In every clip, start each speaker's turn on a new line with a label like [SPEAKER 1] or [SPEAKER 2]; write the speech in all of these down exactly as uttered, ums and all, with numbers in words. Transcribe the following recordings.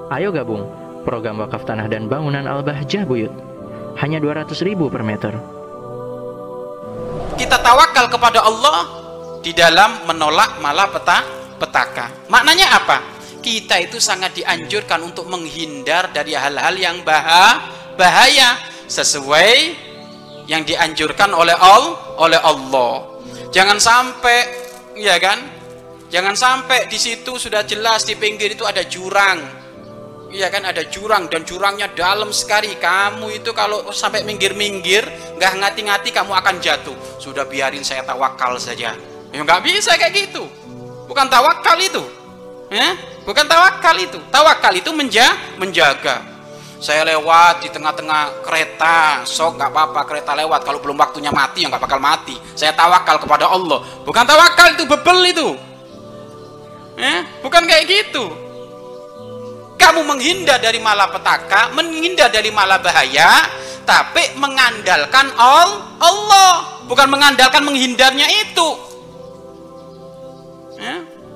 [SPEAKER 1] Ayo gabung program wakaf tanah dan bangunan Al-Bahjah Buyut. Hanya dua ratus ribu per meter.
[SPEAKER 2] Kita tawakal kepada Allah di dalam menolak malapetaka. Maknanya apa? Kita itu sangat dianjurkan untuk menghindar dari hal-hal yang bahaya sesuai yang dianjurkan oleh Allah, oleh Allah. Jangan sampai, ya kan? Jangan sampai di situ sudah jelas di pinggir itu ada jurang. Iya kan, ada jurang dan jurangnya dalam sekali. Kamu itu kalau sampai minggir-minggir, nggak ngati-ngati kamu akan jatuh. Sudah biarin saya tawakal saja. Ya nggak bisa kayak gitu. Bukan tawakal itu. Ya? Bukan tawakal itu. Tawakal itu menja menjaga. Saya lewat di tengah-tengah kereta, sok nggak apa-apa kereta lewat. Kalau belum waktunya mati, ya nggak bakal mati. Saya tawakal kepada Allah. Bukan tawakal itu, bebel itu. Ya? Bukan kayak gitu. Kamu menghindar dari malapetaka, menghindar dari malabahaya, tapi mengandalkan Allah, bukan mengandalkan menghindarnya itu. Ya?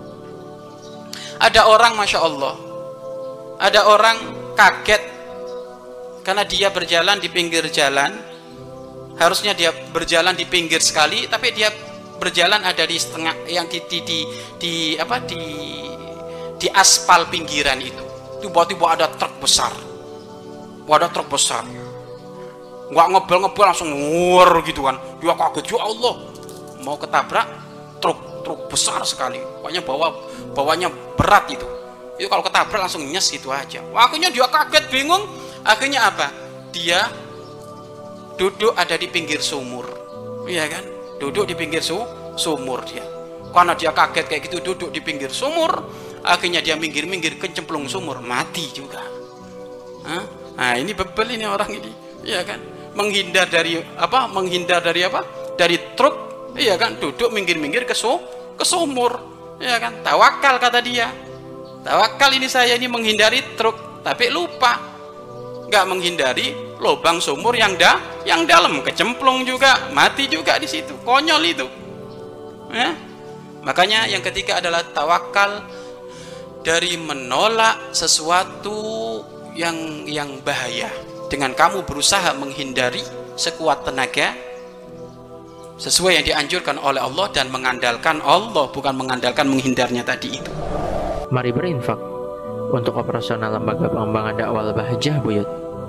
[SPEAKER 2] Ada orang, masya Allah, ada orang kaget karena dia berjalan di pinggir jalan. Harusnya dia berjalan di pinggir sekali, tapi dia berjalan ada di setengah, yang di di di, di apa di di aspal pinggiran itu. Tiba-tiba ada truk besar, ada truk besar, nggak ngebel-ngebel langsung ngur gitu kan. Dia kaget, ya Allah, mau ketabrak truk truk besar sekali, pokoknya bawa bawanya berat itu. Itu kalau ketabrak langsung nyes gitu aja. Wah, akhirnya dia kaget, bingung. Akhirnya apa? Dia duduk ada di pinggir sumur, iya kan? Duduk di pinggir su sumur dia. Karena dia kaget kayak gitu, duduk di pinggir sumur. Akhirnya dia minggir-minggir kecemplung sumur, mati juga. Hah? Nah, ini bebel ini orang ini, iya kan? Menghindar dari apa? Menghindar dari apa? Dari truk, iya kan? Duduk minggir-minggir ke su ke sumur, iya kan? Tawakal kata dia. Tawakal ini saya ini menghindari truk, tapi lupa nggak menghindari lubang sumur yang da yang dalam, kecemplung juga, mati juga di situ. Konyol itu. Ya? Makanya yang ketiga adalah tawakal dari menolak sesuatu yang yang bahaya, dengan kamu berusaha menghindari sekuat tenaga sesuai yang dianjurkan oleh Allah dan mengandalkan Allah, bukan mengandalkan menghindarnya tadi itu.
[SPEAKER 1] Mari berinfak untuk operasional lembaga pengembangan dakwah Al-Bahjah Buyut.